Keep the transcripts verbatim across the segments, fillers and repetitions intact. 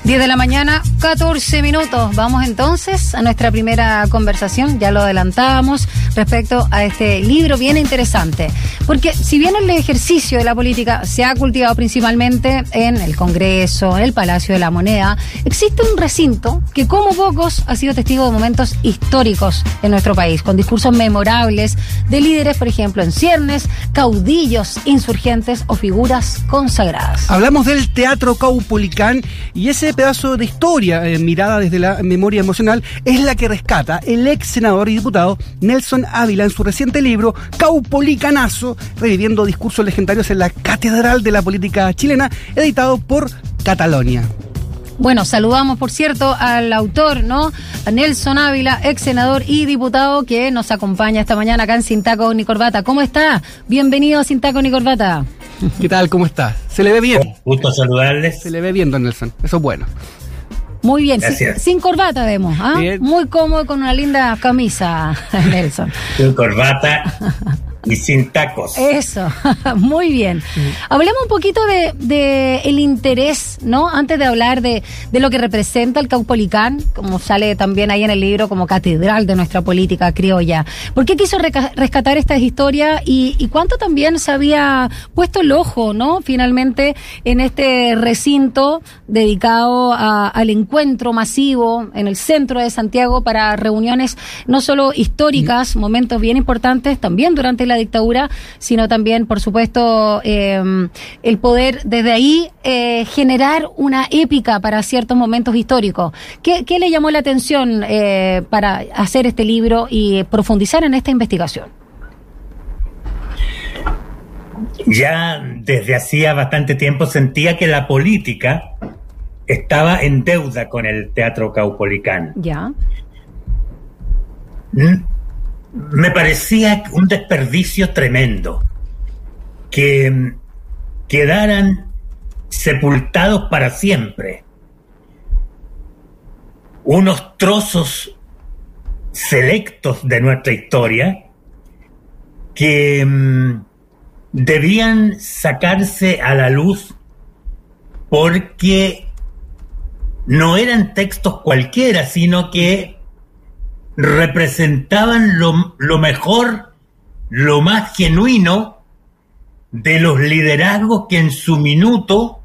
diez de la mañana, catorce minutos. Vamos entonces a nuestra primera conversación, ya lo adelantábamos, respecto a este libro bien interesante. Porque si bien el ejercicio de la política se ha cultivado principalmente en el Congreso, en el Palacio de la Moneda, existe un recinto que, como pocos, ha sido testigo de momentos históricos en nuestro país, con discursos memorables de líderes, por ejemplo, en ciernes, caudillos, insurgentes o figuras consagradas. Hablamos del Teatro Caupolicán y ese pedazo de historia eh, mirada desde la memoria emocional es la que rescata el ex senador y diputado Nelson Ávila en su reciente libro Caupolicanazo, reviviendo discursos legendarios en la catedral de la política chilena, editado por Catalonia. Bueno, saludamos, por cierto, al autor, ¿no? A Nelson Ávila, ex senador y diputado, que nos acompaña esta mañana acá en Sin Taco ni Corbata. ¿Cómo está? Bienvenido a Sin Taco ni Corbata. ¿Qué tal? ¿Cómo está? ¿Se le ve bien? Gusto saludarles. Se le ve bien, don Nelson. Eso es bueno. Muy bien, sin, sin corbata vemos, ¿ah? ¿eh? Muy cómodo, con una linda camisa, Nelson. Sin corbata y sin tacos. Eso, muy bien. Hablemos un poquito de, de el interés, ¿no? Antes de hablar de, de lo que representa el Caupolicán, como sale también ahí en el libro, como catedral de nuestra política criolla. ¿Por qué quiso reca- rescatar estas historias y, y cuánto también se había puesto el ojo, ¿no? Finalmente, en este recinto dedicado a, al encuentro masivo en el centro de Santiago para reuniones no solo históricas, momentos bien importantes, también durante la dictadura, sino también, por supuesto, eh, el poder desde ahí eh, generar una épica para ciertos momentos históricos. ¿Qué, qué le llamó la atención eh, para hacer este libro y profundizar en esta investigación? Ya desde hacía bastante tiempo sentía que la política estaba en deuda con el Teatro Caupolicán. Ya. Me parecía un desperdicio tremendo que quedaran sepultados para siempre unos trozos selectos de nuestra historia que um, debían sacarse a la luz porque no eran textos cualquiera, sino que representaban lo, lo mejor, lo más genuino de los liderazgos que en su minuto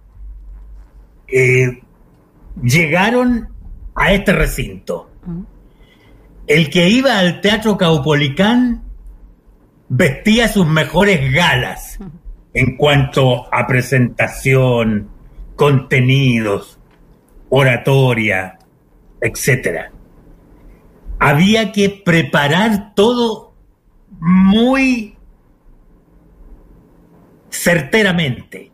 eh, llegaron a este recinto. El que iba al Teatro Caupolicán vestía sus mejores galas en cuanto a presentación, contenidos, oratoria, etcétera. Había que preparar todo muy certeramente.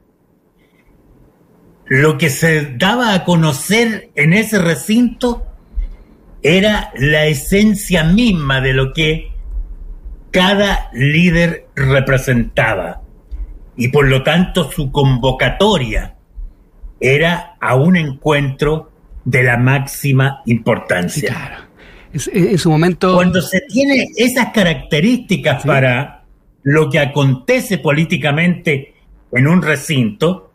Lo que se daba a conocer en ese recinto era la esencia misma de lo que cada líder representaba, y por lo tanto su convocatoria era a un encuentro de la máxima importancia. Sí, claro. En su momento... Cuando se tiene esas características, ¿sí?, para lo que acontece políticamente en un recinto,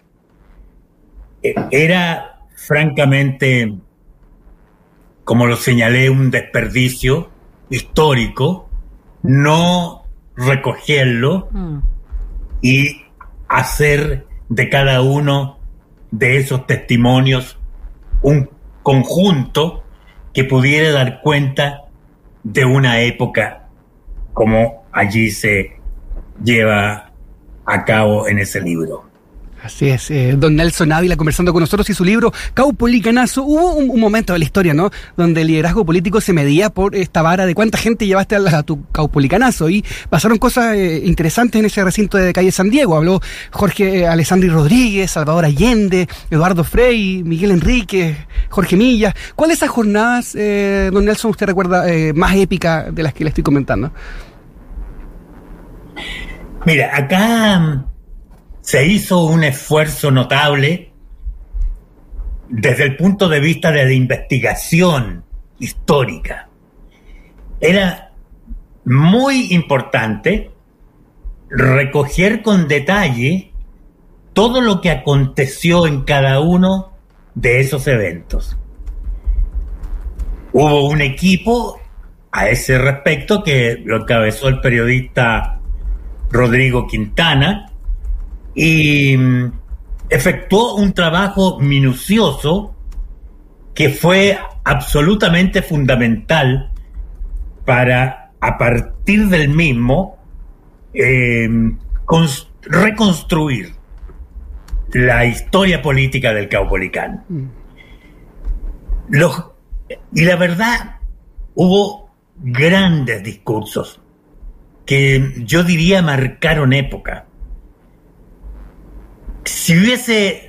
era francamente, como lo señalé, un desperdicio histórico no recogerlo mm. y hacer de cada uno de esos testimonios un conjunto que pudiera dar cuenta de una época como allí se lleva a cabo en ese libro. Así es, eh, don Nelson Ávila conversando con nosotros y su libro Caupolicanazo. Hubo un, un momento de la historia, ¿no?, donde el liderazgo político se medía por esta vara de cuánta gente llevaste a, la, a tu Caupolicanazo, y pasaron cosas eh, interesantes en ese recinto de calle San Diego. Habló Jorge eh, Alessandri Rodríguez, Salvador Allende, Eduardo Frei, Miguel Enríquez, Jorge Millas. ¿Cuál de esas jornadas, eh, don Nelson, usted recuerda eh, más épica de las que le estoy comentando? Mira, acá se hizo un esfuerzo notable desde el punto de vista de la investigación histórica. Era muy importante recoger con detalle todo lo que aconteció en cada uno de esos eventos. Hubo un equipo a ese respecto que lo encabezó el periodista Rodrigo Quintana y efectuó un trabajo minucioso que fue absolutamente fundamental para, a partir del mismo, eh, cons- reconstruir la historia política del Caupolicán. Mm. Los, y la verdad, hubo grandes discursos que yo diría marcaron época. Si hubiese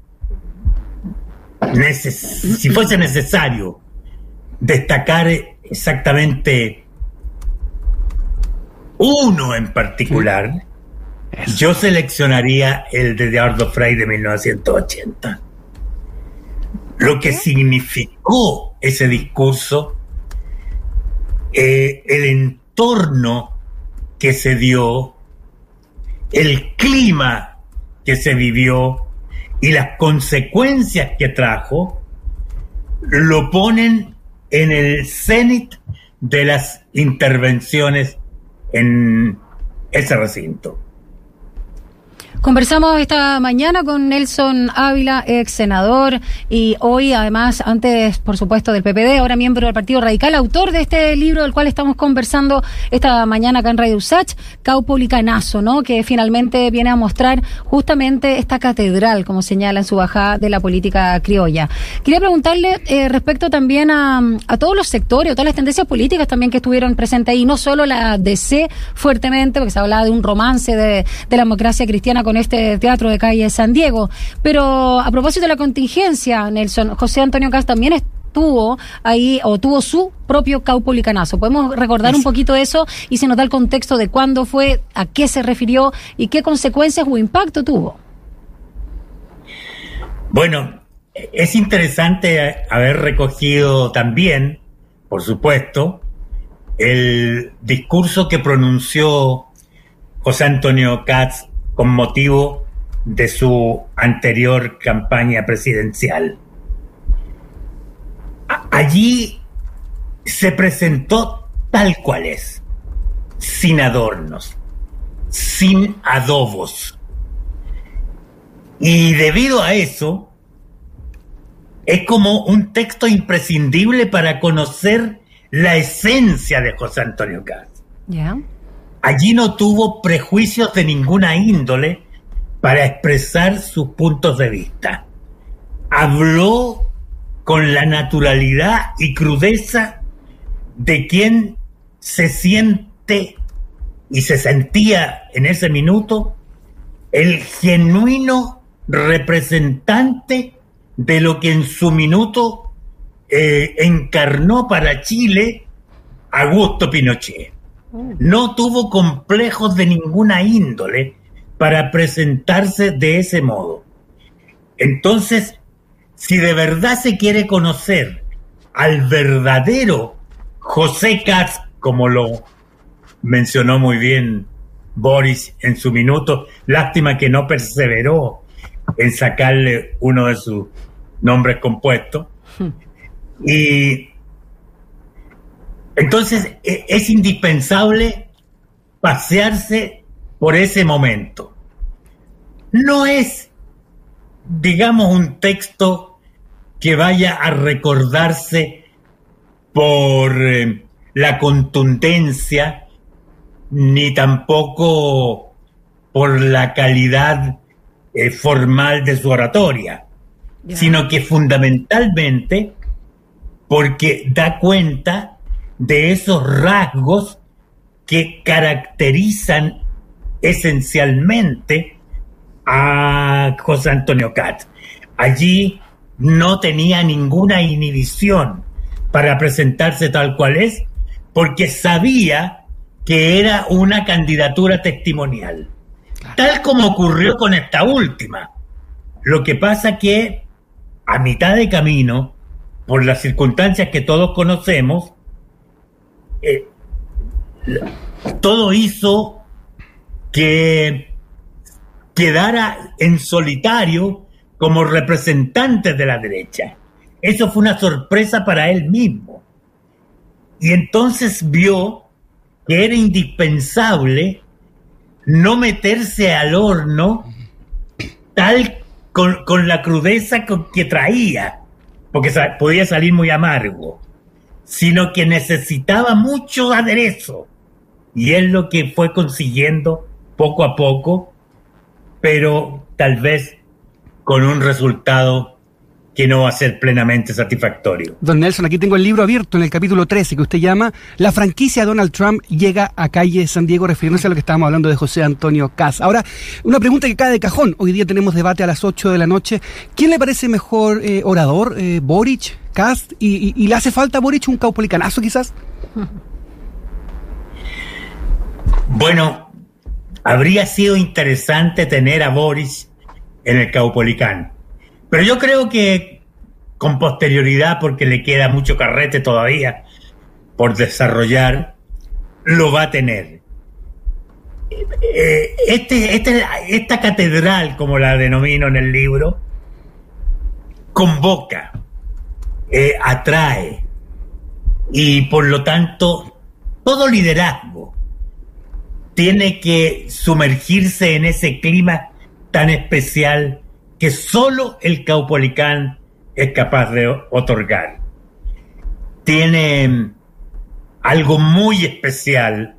neces- si fuese necesario destacar exactamente uno en particular, sí, yo seleccionaría el de Eduardo Frei de mil novecientos ochenta. Lo que significó ese discurso, eh, el entorno que se dio, el clima que se vivió y las consecuencias que trajo, lo ponen en el cenit de las intervenciones en ese recinto. Conversamos esta mañana con Nelson Ávila, ex senador, y hoy además, antes por supuesto del P P D, ahora miembro del Partido Radical, autor de este libro del cual estamos conversando esta mañana acá en Radio USACH, Caupolicanazo, ¿no? Que finalmente viene a mostrar justamente esta catedral, como señala en su bajada, de la política criolla. Quería preguntarle eh, respecto también a, a todos los sectores, a todas las tendencias políticas también que estuvieron presentes ahí, no solo la D C fuertemente, porque se hablaba de un romance de, de la democracia cristiana con este teatro de calle San Diego. Pero a propósito de la contingencia, Nelson, José Antonio Kast también estuvo ahí, o tuvo su propio Caupolicanazo. ¿Podemos recordar un poquito eso y se nos da el contexto de cuándo fue, a qué se refirió y qué consecuencias o impacto tuvo? Bueno, es interesante haber recogido también, por supuesto, el discurso que pronunció José Antonio Kast con motivo de su anterior campaña presidencial. Allí se presentó tal cual es, sin adornos, sin adobos. Y debido a eso, es como un texto imprescindible para conocer la esencia de José Antonio Kast. Yeah. Allí no tuvo prejuicios de ninguna índole para expresar sus puntos de vista. Habló con la naturalidad y crudeza de quien se siente y se sentía en ese minuto el genuino representante de lo que en su minuto eh, encarnó para Chile Augusto Pinochet. No tuvo complejos de ninguna índole para presentarse de ese modo. Entonces, si de verdad se quiere conocer al verdadero José Kast, como lo mencionó muy bien Boris en su minuto, lástima que no perseveró en sacarle uno de sus nombres compuestos, y entonces es indispensable pasearse por ese momento. No es, digamos, un texto que vaya a recordarse por eh, la contundencia, ni tampoco por la calidad eh, formal de su oratoria, yeah. sino que fundamentalmente porque da cuenta de esos rasgos que caracterizan esencialmente a José Antonio Kast. Allí no tenía ninguna inhibición para presentarse tal cual es, porque sabía que era una candidatura testimonial, tal como ocurrió con esta última. Lo que pasa que a mitad de camino, por las circunstancias que todos conocemos, eh, todo hizo que quedara en solitario como representantes de la derecha. Eso fue una sorpresa para él mismo. Y entonces vio que era indispensable no meterse al horno tal con, con la crudeza con que traía, porque sa- podía salir muy amargo, sino que necesitaba mucho aderezo. Y es lo que fue consiguiendo poco a poco, pero tal vez con un resultado que no va a ser plenamente satisfactorio. Don Nelson, aquí tengo el libro abierto en el capítulo trece que usted llama La franquicia Donald Trump llega a calle San Diego, refiriéndose a lo que estábamos hablando de José Antonio Kast. Ahora, una pregunta que cae de cajón. Hoy día tenemos debate a las ocho de la noche. ¿Quién le parece mejor eh, orador? Eh, ¿Boric? ¿Kast? ¿Y, y, ¿Y le hace falta a Boric un caupolicanazo quizás? Bueno, habría sido interesante tener a Boris en el Caupolicán. Pero yo creo que con posterioridad, porque le queda mucho carrete todavía por desarrollar, lo va a tener. Este, este, esta catedral, como la denomino en el libro, convoca, eh, atrae, y por lo tanto todo liderazgo tiene que sumergirse en ese clima tan especial que solo el Caupolicán es capaz de otorgar. Tiene algo muy especial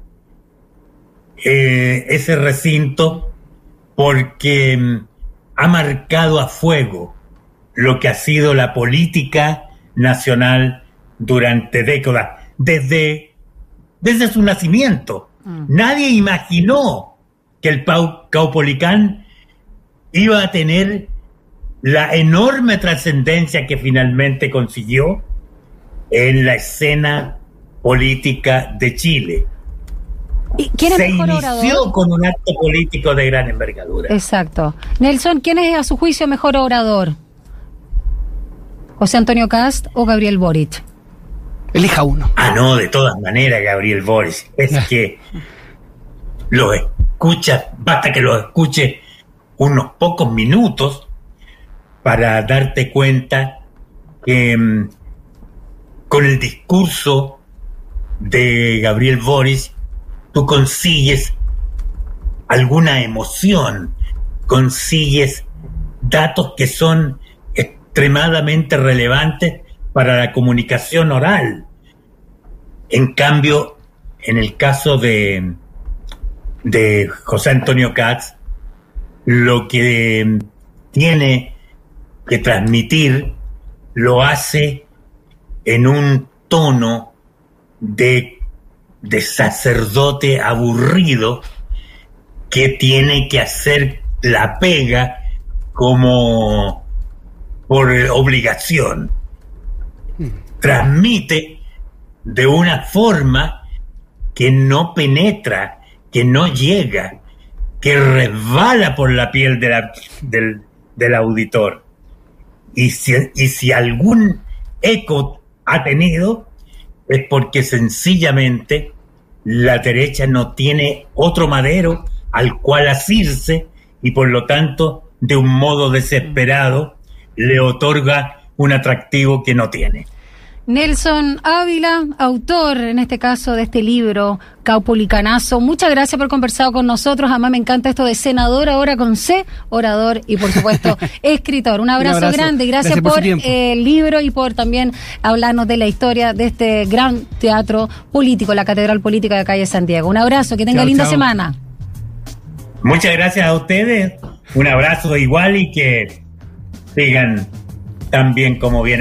eh, ese recinto, porque ha marcado a fuego lo que ha sido la política nacional durante décadas, desde, desde su nacimiento. Mm. Nadie imaginó que el Pau, Caupolicán iba a tener la enorme trascendencia que finalmente consiguió en la escena política de Chile. ¿Y quién es Se mejor inició orador? con un acto político de gran envergadura. Exacto. Nelson, ¿quién es a su juicio mejor orador? ¿José Antonio Kast o Gabriel Boric? Elija uno. Ah, no, de todas maneras, Gabriel Boric. Es que lo escucha, basta que lo escuche unos pocos minutos para darte cuenta que um, con el discurso de Gabriel Boric tú consigues alguna emoción, consigues datos que son extremadamente relevantes para la comunicación oral. En cambio, en el caso de, de José Antonio Kast, lo que tiene que transmitir lo hace en un tono de, de sacerdote aburrido que tiene que hacer la pega como por obligación. Transmite de una forma que no penetra, que no llega, que resbala por la piel de la, del, del auditor. Y si, y si algún eco ha tenido, es porque sencillamente la derecha no tiene otro madero al cual asirse, y por lo tanto, de un modo desesperado, le otorga un atractivo que no tiene. Nelson Ávila, autor en este caso de este libro, Caupolicanazo, muchas gracias por conversar con nosotros. Además me encanta esto de senador ahora con C, orador y por supuesto escritor. Un abrazo, Un abrazo. grande y gracias, gracias por, por eh, el libro y por también hablarnos de la historia de este gran teatro político, la Catedral Política de Calle San Diego. Un abrazo, que tenga chao, linda chao. semana. Muchas gracias a ustedes, un abrazo igual y que sigan tan bien como vienen.